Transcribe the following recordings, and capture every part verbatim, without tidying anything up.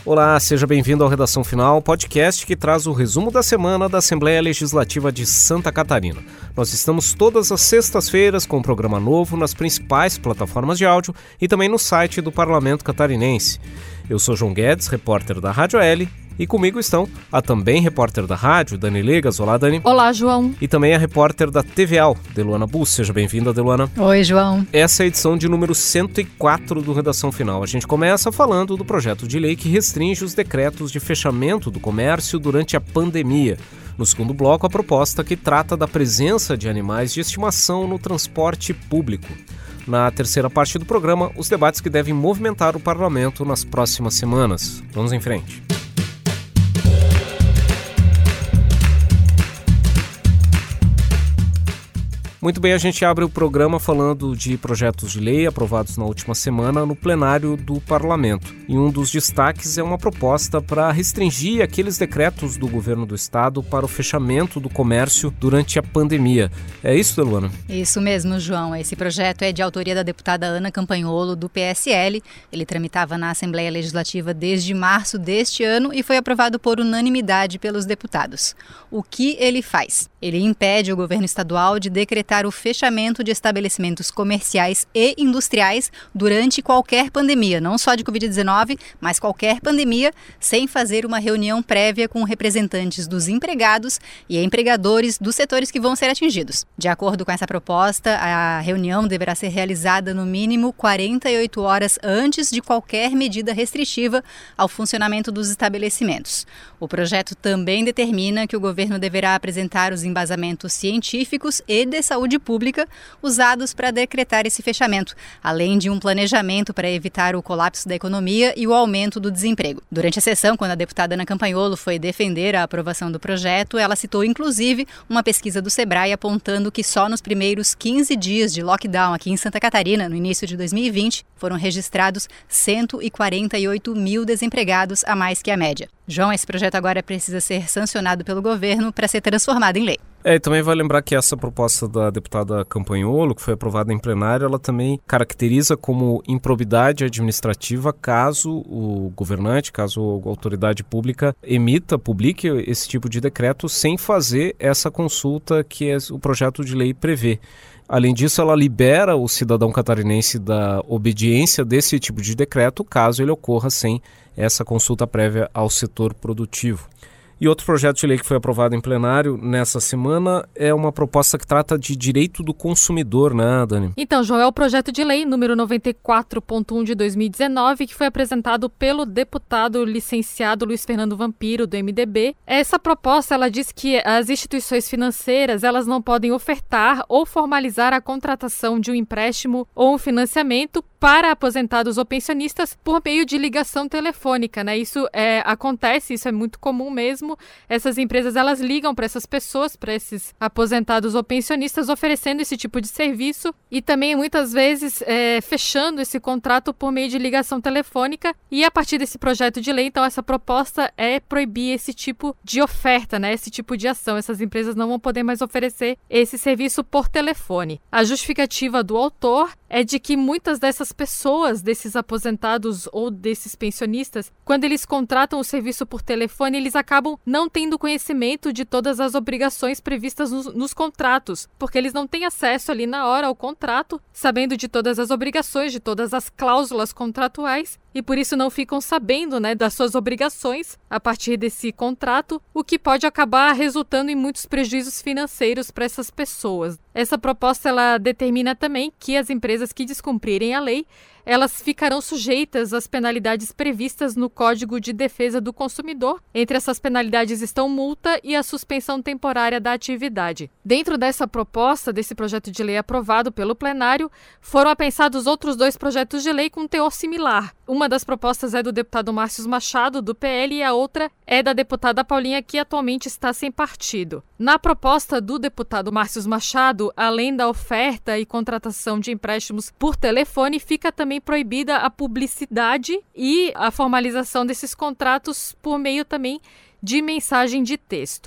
Olá, seja bem-vindo ao Redação Final, podcast que traz o resumo da semana da Assembleia Legislativa de Santa Catarina. Nós estamos todas as sextas-feiras com um programa novo nas principais plataformas de áudio e também no site do Parlamento Catarinense. Eu sou João Guedes, repórter da Rádio L, e comigo estão a também repórter da rádio, Dani Legas. Olá, Dani. Olá, João. E também a repórter da T V A L, Deluana Bus. Seja bem-vinda, Deluana. Oi, João. Essa é a edição de número cento e quatro do Redação Final. A gente começa falando do projeto de lei que restringe os decretos de fechamento do comércio durante a pandemia. No segundo bloco, a proposta que trata da presença de animais de estimação no transporte público. Na terceira parte do programa, os debates que devem movimentar o parlamento nas próximas semanas. Vamos em frente. Muito bem, a gente abre o programa falando de projetos de lei aprovados na última semana no plenário do Parlamento. E um dos destaques é uma proposta para restringir aqueles decretos do governo do estado para o fechamento do comércio durante a pandemia. É isso, Deluana? Isso mesmo, João. Esse projeto é de autoria da deputada Ana Campanholo, do P S L. Ele tramitava na Assembleia Legislativa desde março deste ano e foi aprovado por unanimidade pelos deputados. O que ele faz? Ele impede o governo estadual de decretar o fechamento de estabelecimentos comerciais e industriais durante qualquer pandemia, não só de covid dezenove, mas qualquer pandemia, sem fazer uma reunião prévia com representantes dos empregados e empregadores dos setores que vão ser atingidos. De acordo com essa proposta, a reunião deverá ser realizada no mínimo quarenta e oito horas antes de qualquer medida restritiva ao funcionamento dos estabelecimentos. O projeto também determina que o governo deverá apresentar os embasamentos científicos e de saúde pública usados para decretar esse fechamento, além de um planejamento para evitar o colapso da economia e o aumento do desemprego. Durante a sessão, quando a deputada Ana Campanholo foi defender a aprovação do projeto, ela citou inclusive uma pesquisa do Sebrae apontando que só nos primeiros quinze dias de lockdown aqui em Santa Catarina, no início de dois mil e vinte, foram registrados cento e quarenta e oito mil desempregados a mais que a média. João, esse projeto agora precisa ser sancionado pelo governo para ser transformado em lei. É, e também vai lembrar que essa proposta da deputada Campanholo, que foi aprovada em plenário, ela também caracteriza como improbidade administrativa caso o governante, caso a autoridade pública emita, publique esse tipo de decreto sem fazer essa consulta que o projeto de lei prevê. Além disso, ela libera o cidadão catarinense da obediência desse tipo de decreto, caso ele ocorra sem essa consulta prévia ao setor produtivo. E outro projeto de lei que foi aprovado em plenário nessa semana é uma proposta que trata de direito do consumidor, né, Dani? Então, João, é o projeto de lei número noventa e quatro ponto um de dois mil e dezenove, que foi apresentado pelo deputado licenciado Luiz Fernando Vampiro, do M D B. Essa proposta, ela diz que as instituições financeiras, elas não podem ofertar ou formalizar a contratação de um empréstimo ou um financiamento para aposentados ou pensionistas por meio de ligação telefônica, né? Isso é, acontece, isso é muito comum mesmo. Essas empresas, elas ligam para essas pessoas, para esses aposentados ou pensionistas, oferecendo esse tipo de serviço e também, muitas vezes, é, fechando esse contrato por meio de ligação telefônica. E a partir desse projeto de lei, então, essa proposta é proibir esse tipo de oferta, né? Esse tipo de ação. Essas empresas não vão poder mais oferecer esse serviço por telefone. A justificativa do autor é de que muitas dessas pessoas, desses aposentados ou desses pensionistas, quando eles contratam o serviço por telefone, eles acabam não tendo conhecimento de todas as obrigações previstas nos, nos contratos, porque eles não têm acesso ali na hora ao contrato, sabendo de todas as obrigações, de todas as cláusulas contratuais, e por isso não ficam sabendo, né, das suas obrigações a partir desse contrato, o que pode acabar resultando em muitos prejuízos financeiros para essas pessoas. Essa proposta, ela determina também que as empresas que descumprirem a lei, elas ficarão sujeitas às penalidades previstas no Código de Defesa do Consumidor. Entre essas penalidades estão multa e a suspensão temporária da atividade. Dentro dessa proposta, desse projeto de lei aprovado pelo plenário, foram apensados outros dois projetos de lei com teor similar. Uma das propostas é do deputado Márcio Machado, do P L, e a outra é da deputada Paulinha, que atualmente está sem partido. Na proposta do deputado Márcio Machado, além da oferta e contratação de empréstimos por telefone, fica também proibida a publicidade e a formalização desses contratos por meio também de mensagem de texto.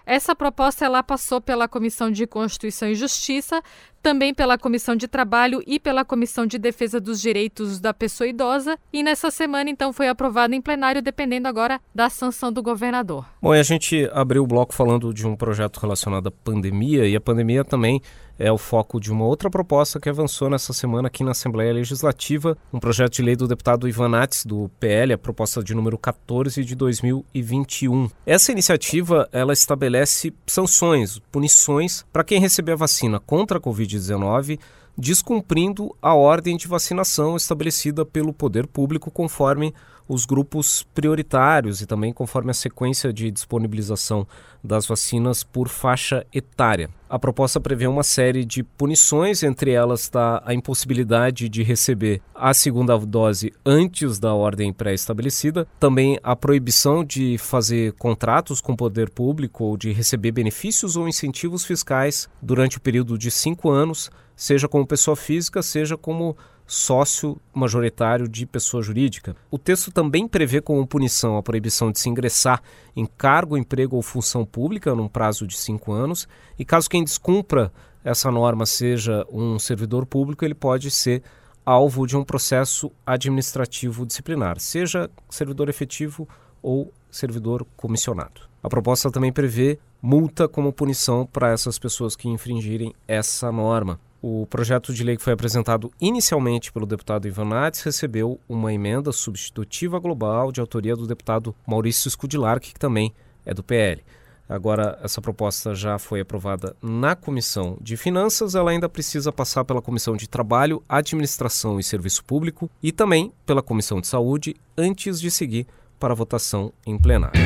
Essa proposta ela passou pela Comissão de Constituição e Justiça, também pela Comissão de Trabalho e pela Comissão de Defesa dos Direitos da Pessoa Idosa, e nessa semana, então, foi aprovada em plenário, dependendo agora da sanção do governador. Bom, e a gente abriu o bloco falando de um projeto relacionado à pandemia, e a pandemia também é o foco de uma outra proposta que avançou nessa semana aqui na Assembleia Legislativa, um projeto de lei do deputado Ivan Nats, do P L, a proposta de número quatorze de dois mil e vinte e um. Essa iniciativa, ela estabelece sanções, punições para quem receber a vacina contra a covid dezenove, descumprindo a ordem de vacinação estabelecida pelo poder público conforme os grupos prioritários e também conforme a sequência de disponibilização das vacinas por faixa etária. A proposta prevê uma série de punições, entre elas está a impossibilidade de receber a segunda dose antes da ordem pré-estabelecida, também a proibição de fazer contratos com o poder público ou de receber benefícios ou incentivos fiscais durante o período de cinco anos, seja como pessoa física, seja como sócio majoritário de pessoa jurídica. O texto também prevê como punição a proibição de se ingressar em cargo, emprego ou função pública num prazo de cinco anos, e caso quem descumpra essa norma seja um servidor público, ele pode ser alvo de um processo administrativo disciplinar, seja servidor efetivo ou servidor comissionado. A proposta também prevê multa como punição para essas pessoas que infringirem essa norma. O projeto de lei que foi apresentado inicialmente pelo deputado Ivan Nats recebeu uma emenda substitutiva global de autoria do deputado Maurício Scudilar, que também é do P L. Agora, essa proposta já foi aprovada na Comissão de Finanças, ela ainda precisa passar pela Comissão de Trabalho, Administração e Serviço Público e também pela Comissão de Saúde antes de seguir para a votação em plenário.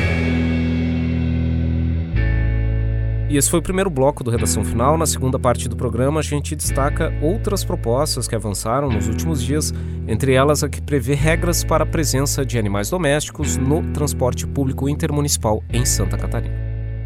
E esse foi o primeiro bloco do Redação Final. Na segunda parte do programa, a gente destaca outras propostas que avançaram nos últimos dias, entre elas a que prevê regras para a presença de animais domésticos no transporte público intermunicipal em Santa Catarina.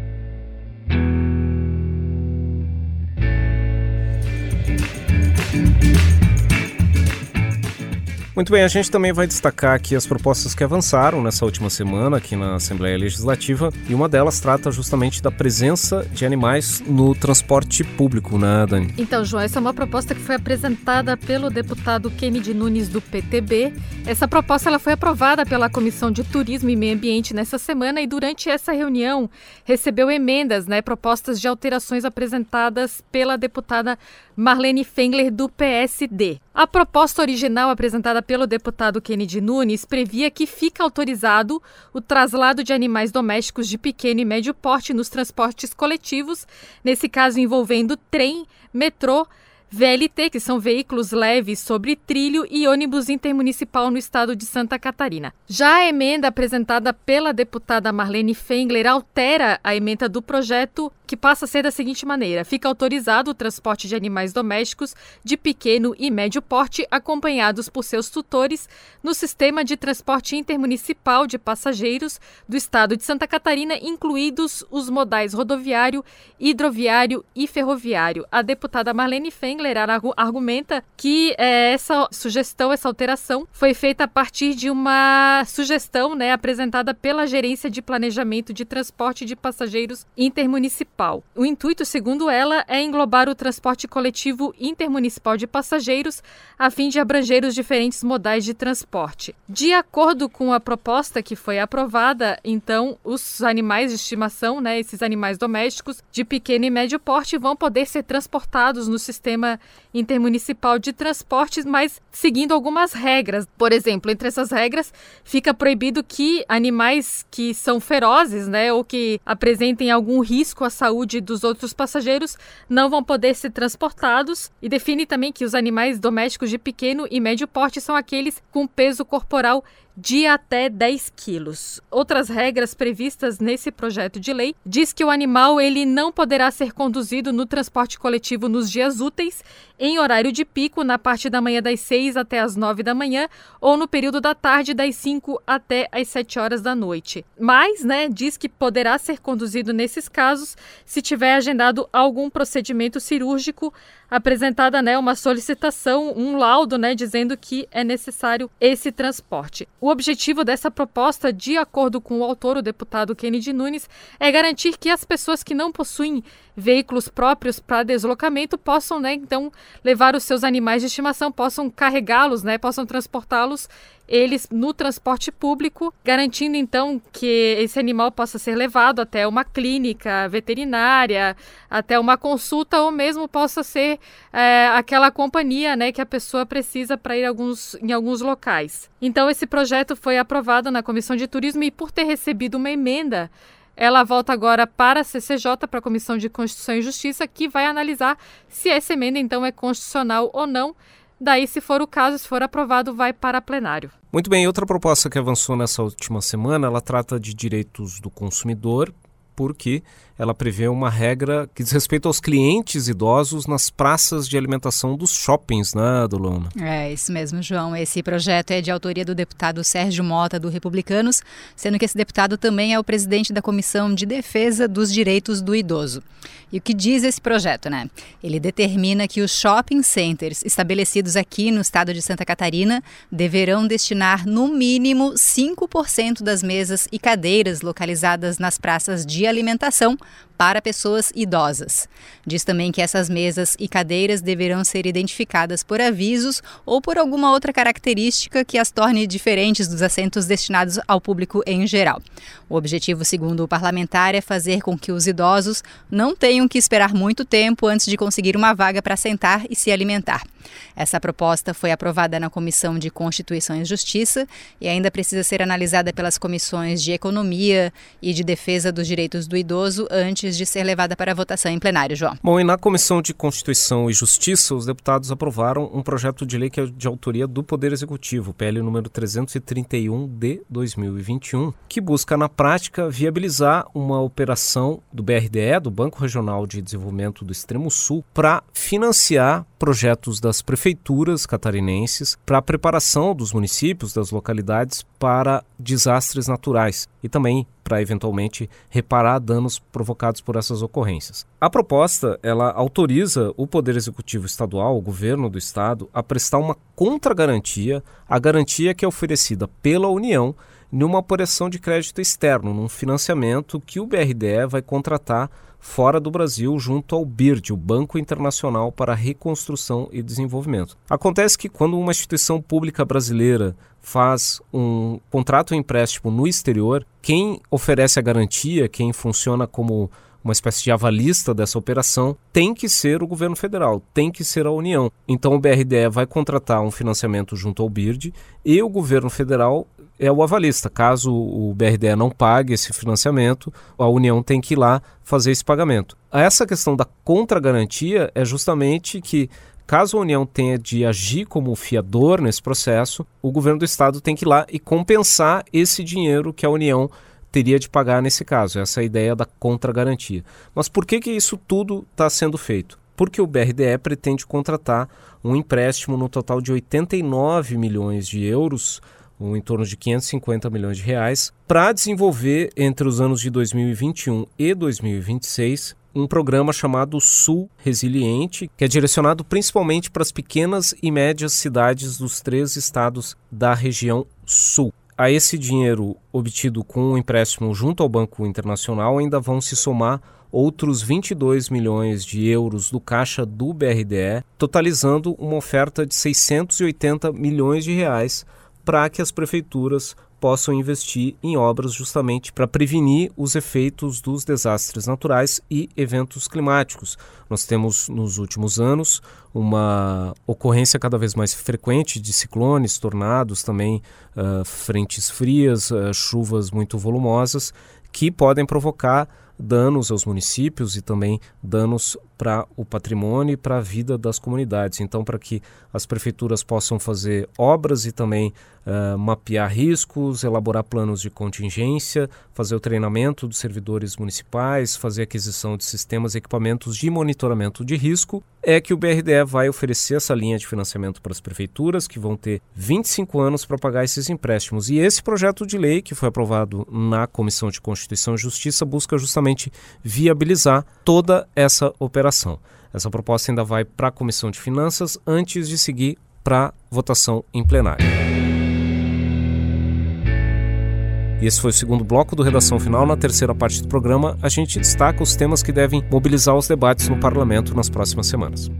Muito bem, a gente também vai destacar aqui as propostas que avançaram nessa última semana aqui na Assembleia Legislativa, e uma delas trata justamente da presença de animais no transporte público, né, Dani? Então, João, essa é uma proposta que foi apresentada pelo deputado Kennedy Nunes, do P T B. Essa proposta ela foi aprovada pela Comissão de Turismo e Meio Ambiente nessa semana, e durante essa reunião recebeu emendas, né, propostas de alterações apresentadas pela deputada Marlene Fengler, do P S D. A proposta original apresentada pelo deputado Kennedy Nunes previa que fica autorizado o traslado de animais domésticos de pequeno e médio porte nos transportes coletivos, nesse caso envolvendo trem, metrô, V L T, que são veículos leves sobre trilho, e ônibus intermunicipal no estado de Santa Catarina. Já a emenda apresentada pela deputada Marlene Fengler altera a emenda do projeto, que passa a ser da seguinte maneira: fica autorizado o transporte de animais domésticos de pequeno e médio porte, acompanhados por seus tutores, no sistema de transporte intermunicipal de passageiros do estado de Santa Catarina, incluídos os modais rodoviário, hidroviário e ferroviário. A deputada Marlene Fengler argumenta que é, essa sugestão, essa alteração, foi feita a partir de uma sugestão, né, apresentada pela Gerência de Planejamento de Transporte de Passageiros Intermunicipal. O intuito, segundo ela, é englobar o transporte coletivo intermunicipal de passageiros, a fim de abranger os diferentes modais de transporte. De acordo com a proposta que foi aprovada, então, os animais de estimação, né, esses animais domésticos de pequeno e médio porte, vão poder ser transportados no sistema intermunicipal de transportes, mas seguindo algumas regras. Por exemplo, entre essas regras, fica proibido que animais que são ferozes, né, ou que apresentem algum risco à saúde dos outros passageiros não vão poder ser transportados, e define também que os animais domésticos de pequeno e médio porte são aqueles com peso corporal de até dez quilos. Outras regras previstas nesse projeto de lei diz que o animal ele não poderá ser conduzido no transporte coletivo nos dias úteis, em horário de pico, na parte da manhã das seis até as nove da manhã, ou no período da tarde das cinco até as sete horas da noite. Mas, né, diz que poderá ser conduzido nesses casos se tiver agendado algum procedimento cirúrgico apresentada, né, uma solicitação, um laudo, né, dizendo que é necessário esse transporte. O objetivo dessa proposta, de acordo com o autor, o deputado Kennedy Nunes, é garantir que as pessoas que não possuem veículos próprios para deslocamento possam, né, então, levar os seus animais de estimação, possam carregá-los, né, possam transportá-los eles no transporte público, garantindo então que esse animal possa ser levado até uma clínica veterinária, até uma consulta, ou mesmo possa ser é, aquela companhia, né, que a pessoa precisa para ir alguns, em alguns locais. Então esse projeto foi aprovado na Comissão de Turismo e, por ter recebido uma emenda, ela volta agora para a C C J, para a Comissão de Constituição e Justiça, que vai analisar se essa emenda então é constitucional ou não. Daí, se for o caso, se for aprovado, vai para plenário. Muito bem, outra proposta que avançou nessa última semana, ela trata de direitos do consumidor, porque ela prevê uma regra que diz respeito aos clientes idosos nas praças de alimentação dos shoppings, né, Dolona? É, isso mesmo, João. Esse projeto é de autoria do deputado Sérgio Mota, do Republicanos, sendo que esse deputado também é o presidente da Comissão de Defesa dos Direitos do Idoso. E o que diz esse projeto, né? Ele determina que os shopping centers estabelecidos aqui no estado de Santa Catarina deverão destinar no mínimo cinco por cento das mesas e cadeiras localizadas nas praças de alimentação para pessoas idosas. Diz também que essas mesas e cadeiras deverão ser identificadas por avisos ou por alguma outra característica que as torne diferentes dos assentos destinados ao público em geral. O objetivo, segundo o parlamentar, é fazer com que os idosos não tenham que esperar muito tempo antes de conseguir uma vaga para sentar e se alimentar. Essa proposta foi aprovada na Comissão de Constituição e Justiça e ainda precisa ser analisada pelas comissões de Economia e de Defesa dos Direitos do Idoso antes de ser levada para votação em plenário, João. Bom, e na Comissão de Constituição e Justiça, os deputados aprovaram um projeto de lei que é de autoria do Poder Executivo, P L número trezentos e trinta e um de dois mil e vinte e um, que busca, na prática, viabilizar uma operação do B R D E, do Banco Regional de Desenvolvimento do Extremo Sul, para financiar projetos das prefeituras catarinenses para a preparação dos municípios, das localidades para desastres naturais e também para eventualmente reparar danos provocados por essas ocorrências. A proposta, ela autoriza o Poder Executivo Estadual, o governo do estado, a prestar uma contragarantia, a garantia que é oferecida pela União numa operação de crédito externo, num financiamento que o B R D E vai contratar fora do Brasil junto ao B I R D, o Banco Internacional para Reconstrução e Desenvolvimento. Acontece que quando uma instituição pública brasileira faz um contrato ou empréstimo no exterior, quem oferece a garantia, quem funciona como uma espécie de avalista dessa operação, tem que ser o governo federal, tem que ser a União. Então o B R D E vai contratar um financiamento junto ao B I R D e o governo federal é o avalista. Caso o B R D E não pague esse financiamento, a União tem que ir lá fazer esse pagamento. Essa questão da contragarantia é justamente que, caso a União tenha de agir como fiador nesse processo, o governo do estado tem que ir lá e compensar esse dinheiro que a União teria de pagar nesse caso. Essa é a ideia da contragarantia. Mas por que que isso tudo está sendo feito? Porque o B R D E pretende contratar um empréstimo no total de oitenta e nove milhões de euros, ou em torno de quinhentos e cinquenta milhões de reais, para desenvolver entre os anos de dois mil e vinte e um e dois mil e vinte e seis um programa chamado Sul Resiliente, que é direcionado principalmente para as pequenas e médias cidades dos três estados da região Sul. A esse dinheiro obtido com o empréstimo junto ao Banco Internacional ainda vão se somar outros vinte e dois milhões de euros do caixa do B R D E, totalizando uma oferta de seiscentos e oitenta milhões de reais para que as prefeituras possam investir em obras justamente para prevenir os efeitos dos desastres naturais e eventos climáticos. Nós temos nos últimos anos uma ocorrência cada vez mais frequente de ciclones, tornados, também uh, frentes frias, uh, chuvas muito volumosas, que podem provocar danos aos municípios e também danos para o patrimônio e para a vida das comunidades. Então, para que as prefeituras possam fazer obras e também uh, mapear riscos, elaborar planos de contingência, fazer o treinamento dos servidores municipais, fazer aquisição de sistemas e equipamentos de monitoramento de risco, é que o B R D E vai oferecer essa linha de financiamento para as prefeituras, que vão ter vinte e cinco anos para pagar esses empréstimos. E esse projeto de lei, que foi aprovado na Comissão de Constituição e Justiça, busca justamente viabilizar toda essa operação. migração. Essa proposta ainda vai para a Comissão de Finanças antes de seguir para votação em plenário. E esse foi o segundo bloco do Redação Final. Na terceira parte do programa, a gente destaca os temas que devem mobilizar os debates no parlamento nas próximas semanas.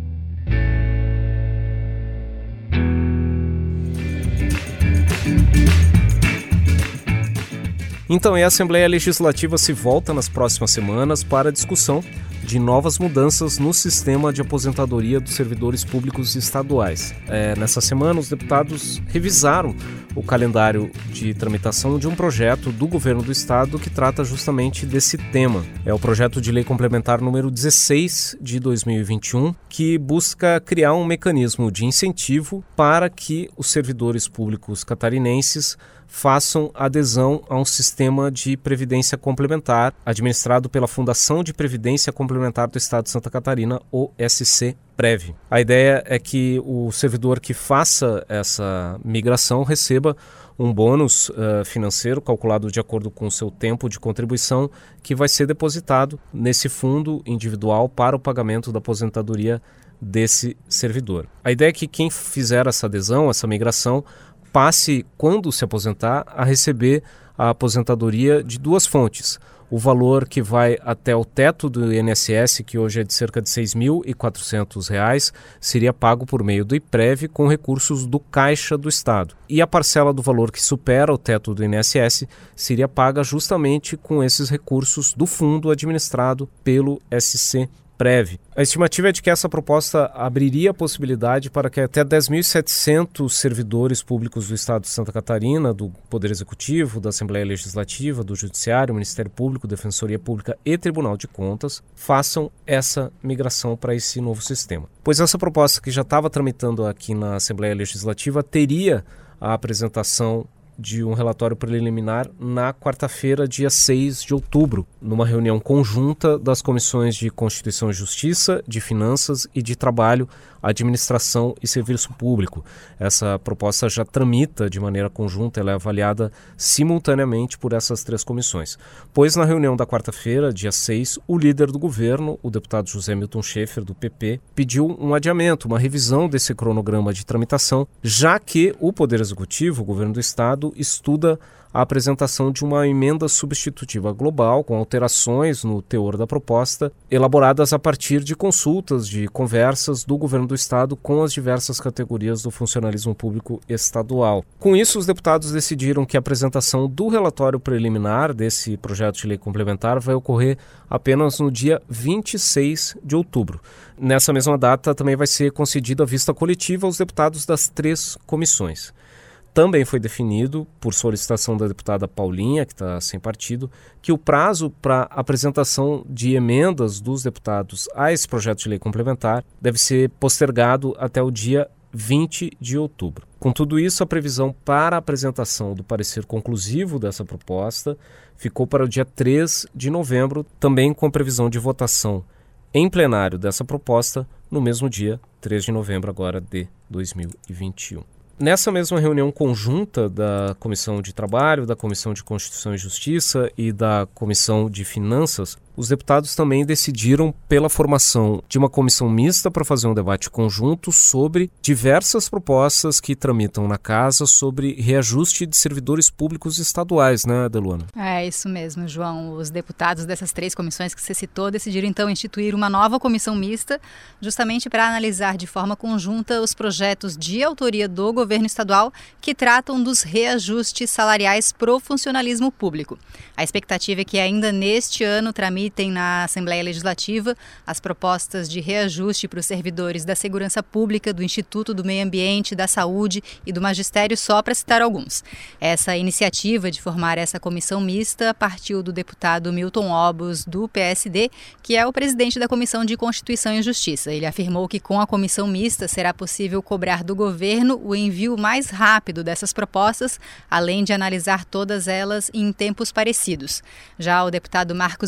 Então, a Assembleia Legislativa se volta nas próximas semanas para a discussão de novas mudanças no sistema de aposentadoria dos servidores públicos estaduais. É, nessa semana, os deputados revisaram o calendário de tramitação de um projeto do governo do estado que trata justamente desse tema. É o projeto de lei complementar número dezesseis de dois mil e vinte e um, que busca criar um mecanismo de incentivo para que os servidores públicos catarinenses façam adesão a um sistema de previdência complementar administrado pela Fundação de Previdência Complementar do Estado de Santa Catarina, o S C Prev. A ideia é que o servidor que faça essa migração receba um bônus uh, financeiro calculado de acordo com o seu tempo de contribuição, que vai ser depositado nesse fundo individual para o pagamento da aposentadoria desse servidor. A ideia é que quem fizer essa adesão, essa migração, passe, quando se aposentar, a receber a aposentadoria de duas fontes. O valor que vai até o teto do I N S S, que hoje é de cerca de seis mil e quatrocentos reais, seria pago por meio do IPREV com recursos do Caixa do Estado. E a parcela do valor que supera o teto do I N S S seria paga justamente com esses recursos do fundo administrado pelo S C Prev. A estimativa é de que essa proposta abriria a possibilidade para que até dez mil e setecentos servidores públicos do Estado de Santa Catarina, do Poder Executivo, da Assembleia Legislativa, do Judiciário, Ministério Público, Defensoria Pública e Tribunal de Contas façam essa migração para esse novo sistema. Pois essa proposta, que já estava tramitando aqui na Assembleia Legislativa, teria a apresentação de um relatório preliminar na quarta-feira, dia seis de outubro, numa reunião conjunta das comissões de Constituição e Justiça, de Finanças e de Trabalho, Administração e Serviço Público. Essa proposta já tramita de maneira conjunta, ela é avaliada simultaneamente por essas três comissões. Pois na reunião da quarta-feira, dia seis, o líder do governo, o deputado José Milton Schaeffer, do P P, pediu um adiamento, uma revisão desse cronograma de tramitação, já que o Poder Executivo, o governo do Estado, estuda a apresentação de uma emenda substitutiva global com alterações no teor da proposta, elaboradas a partir de consultas, de conversas do governo do Estado com as diversas categorias do funcionalismo público estadual. Com isso, os deputados decidiram que a apresentação do relatório preliminar desse projeto de lei complementar vai ocorrer apenas no dia vinte e seis de outubro. Nessa mesma data, também vai ser concedida a vista coletiva aos deputados das três comissões. Também foi definido, por solicitação da deputada Paulinha, que está sem partido, que o prazo para apresentação de emendas dos deputados a esse projeto de lei complementar deve ser postergado até o dia vinte de outubro. Com tudo isso, a previsão para a apresentação do parecer conclusivo dessa proposta ficou para o dia três de novembro, também com a previsão de votação em plenário dessa proposta no mesmo dia, três de novembro agora de dois mil e vinte e um. Nessa mesma reunião conjunta da Comissão de Trabalho, da Comissão de Constituição e Justiça e da Comissão de Finanças, os deputados também decidiram pela formação de uma comissão mista para fazer um debate conjunto sobre diversas propostas que tramitam na casa sobre reajuste de servidores públicos estaduais, né, Adeluana? É isso mesmo, João. Os deputados dessas três comissões que você citou decidiram então instituir uma nova comissão mista, justamente para analisar de forma conjunta os projetos de autoria do governo estadual que tratam dos reajustes salariais pro funcionalismo público. A expectativa é que ainda neste ano tramitem na Assembleia Legislativa as propostas de reajuste para os servidores da Segurança Pública, do Instituto do Meio Ambiente, da Saúde e do Magistério, só para citar alguns. Essa iniciativa de formar essa comissão mista partiu do deputado Milton Obos, do P S D, que é o presidente da Comissão de Constituição e Justiça. Ele afirmou que com a comissão mista será possível cobrar do governo o envio mais rápido dessas propostas, além de analisar todas elas em tempos parecidos. Já o deputado Marcos Vieira,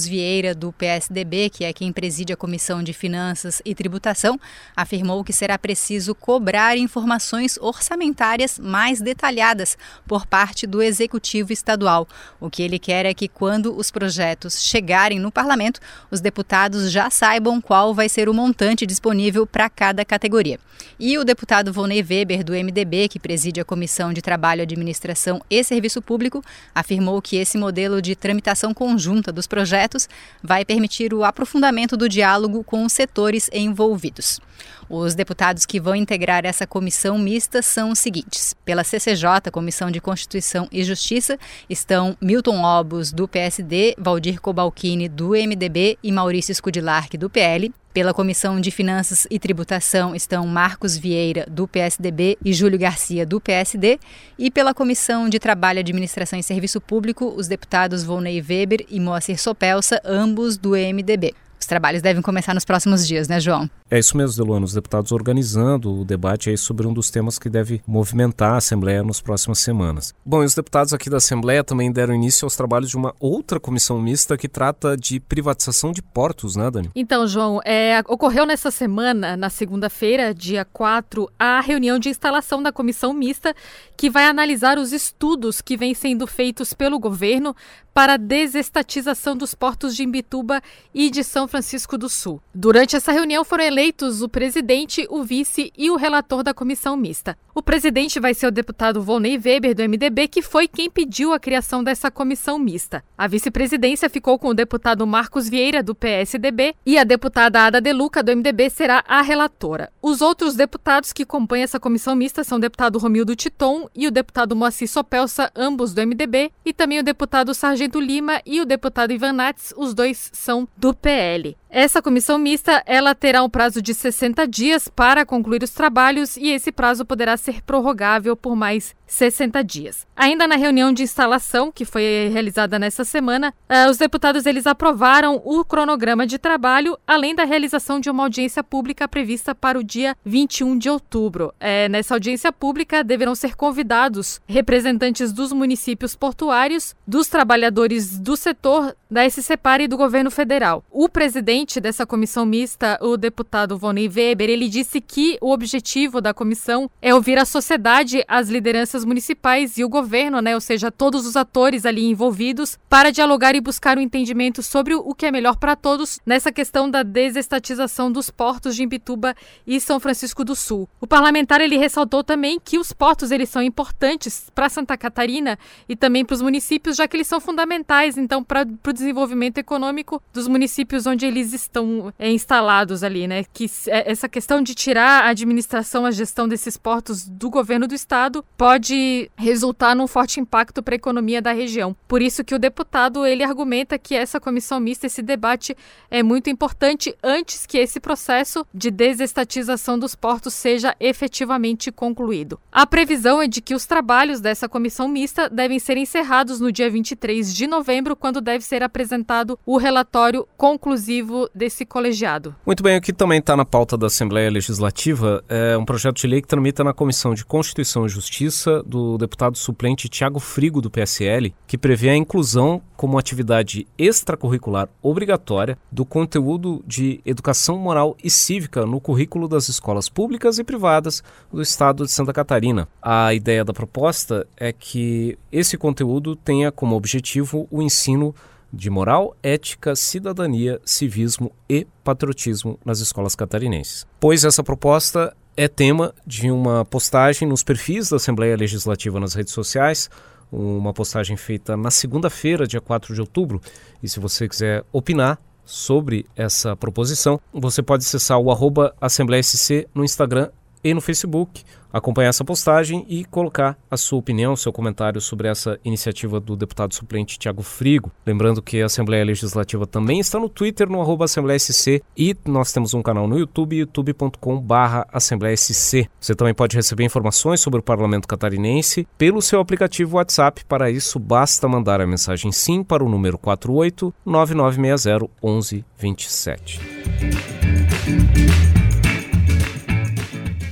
autoria do P S D B, que é quem preside a Comissão de Finanças e Tributação, afirmou que será preciso cobrar informações orçamentárias mais detalhadas por parte do Executivo Estadual. O que ele quer é que, quando os projetos chegarem no Parlamento, os deputados já saibam qual vai ser o montante disponível para cada categoria. E o deputado Volney Weber, do M D B, que preside a Comissão de Trabalho, Administração e Serviço Público, afirmou que esse modelo de tramitação conjunta dos projetos vai permitir o aprofundamento do diálogo com os setores envolvidos. Os deputados que vão integrar essa comissão mista são os seguintes. Pela C C J, Comissão de Constituição e Justiça, estão Milton Obos, do P S D, Valdir Cobalcini, do M D B e Maurício Scudilarc, do P L. Pela Comissão de Finanças e Tributação estão Marcos Vieira, do P S D B, e Júlio Garcia, do P S D. E pela Comissão de Trabalho, Administração e Serviço Público, os deputados Volney Weber e Moacir Sopelsa, ambos do M D B. Os trabalhos devem começar nos próximos dias, né, João? É isso mesmo, Deluana. Os deputados organizando o debate aí sobre um dos temas que deve movimentar a Assembleia nas próximas semanas. Bom, e os deputados aqui da Assembleia também deram início aos trabalhos de uma outra comissão mista que trata de privatização de portos, né, Dani? Então, João, é, ocorreu nessa semana, na segunda-feira, dia quatro, a reunião de instalação da comissão mista que vai analisar os estudos que vêm sendo feitos pelo governo para a desestatização dos portos de Imbituba e de São Francisco do Sul. Durante essa reunião foram eleitos o presidente, o vice e o relator da comissão mista. O presidente vai ser o deputado Volney Weber, do M D B, que foi quem pediu a criação dessa comissão mista. A vice-presidência ficou com o deputado Marcos Vieira, do P S D B, e a deputada Ada De Luca, do M D B, será a relatora. Os outros deputados que compõem essa comissão mista são o deputado Romildo Titon e o deputado Moacir Sopelsa, ambos do M D B, e também o deputado Sargento Lima e o deputado Ivan Nats, os dois são do P L. Essa comissão mista, ela terá um prazo de sessenta dias para concluir os trabalhos e esse prazo poderá ser prorrogável por mais sessenta dias. Ainda na reunião de instalação, que foi realizada nessa semana, uh, os deputados eles aprovaram o cronograma de trabalho, além da realização de uma audiência pública prevista para o dia vinte e um de outubro. É, nessa audiência pública deverão ser convidados representantes dos municípios portuários, dos trabalhadores do setor, da S C Par e do governo federal. O presidente dessa comissão mista, o deputado Volney Weber, ele disse que o objetivo da comissão é ouvir a sociedade, as lideranças municipais e o governo, né, ou seja, todos os atores ali envolvidos, para dialogar e buscar um entendimento sobre o que é melhor para todos nessa questão da desestatização dos portos de Imbituba e São Francisco do Sul. O parlamentar ele ressaltou também que os portos eles são importantes para Santa Catarina e também para os municípios, já que eles são fundamentais então para o desenvolvimento econômico dos municípios onde eles estão é, instalados ali, né? Que essa questão de tirar a administração, a gestão desses portos do governo do estado pode resultar num forte impacto para a economia da região. Por isso que o deputado ele argumenta que essa comissão mista, esse debate é muito importante antes que esse processo de desestatização dos portos seja efetivamente concluído. A previsão é de que os trabalhos dessa comissão mista devem ser encerrados no dia vinte e três de novembro, quando deve ser apresentado o relatório conclusivo desse colegiado. Muito bem, o que também está na pauta da Assembleia Legislativa é um projeto de lei que tramita na Comissão de Constituição e Justiça do deputado suplente Thiago Frigo, do P S L, que prevê a inclusão como atividade extracurricular obrigatória do conteúdo de educação moral e cívica no currículo das escolas públicas e privadas do estado de Santa Catarina. A ideia da proposta é que esse conteúdo tenha como objetivo o ensino de moral, ética, cidadania, civismo e patriotismo nas escolas catarinenses. Pois essa proposta é tema de uma postagem nos perfis da Assembleia Legislativa nas redes sociais, uma postagem feita na segunda-feira, dia quatro de outubro. E se você quiser opinar sobre essa proposição, você pode acessar o arroba Assembleia S C no Instagram e no Facebook, acompanhar essa postagem e colocar a sua opinião, seu comentário sobre essa iniciativa do deputado suplente Thiago Frigo. Lembrando que a Assembleia Legislativa também está no Twitter, no arroba Assembleia S C, e nós temos um canal no YouTube, youtube ponto com barra Assembleia S C. Você também pode receber informações sobre o Parlamento Catarinense pelo seu aplicativo WhatsApp. Para isso, basta mandar a mensagem SIM para o número quatro oito nove nove seis zero um um dois sete.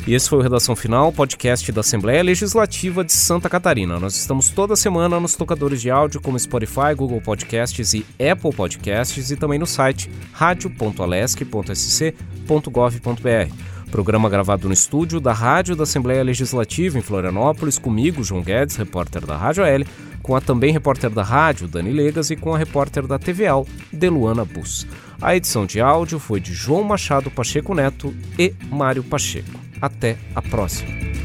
E esse foi o Redação Final, podcast da Assembleia Legislativa de Santa Catarina. Nós estamos toda semana nos tocadores de áudio como Spotify, Google Podcasts e Apple Podcasts e também no site radio ponto alesc ponto s c ponto gov ponto b r. Programa gravado no estúdio da Rádio da Assembleia Legislativa em Florianópolis, comigo, João Guedes, repórter da Rádio A L, com a também repórter da rádio, Dani Legas, e com a repórter da T V A L, Deluana Bus. A edição de áudio foi de João Machado Pacheco Neto e Mário Pacheco. Até a próxima.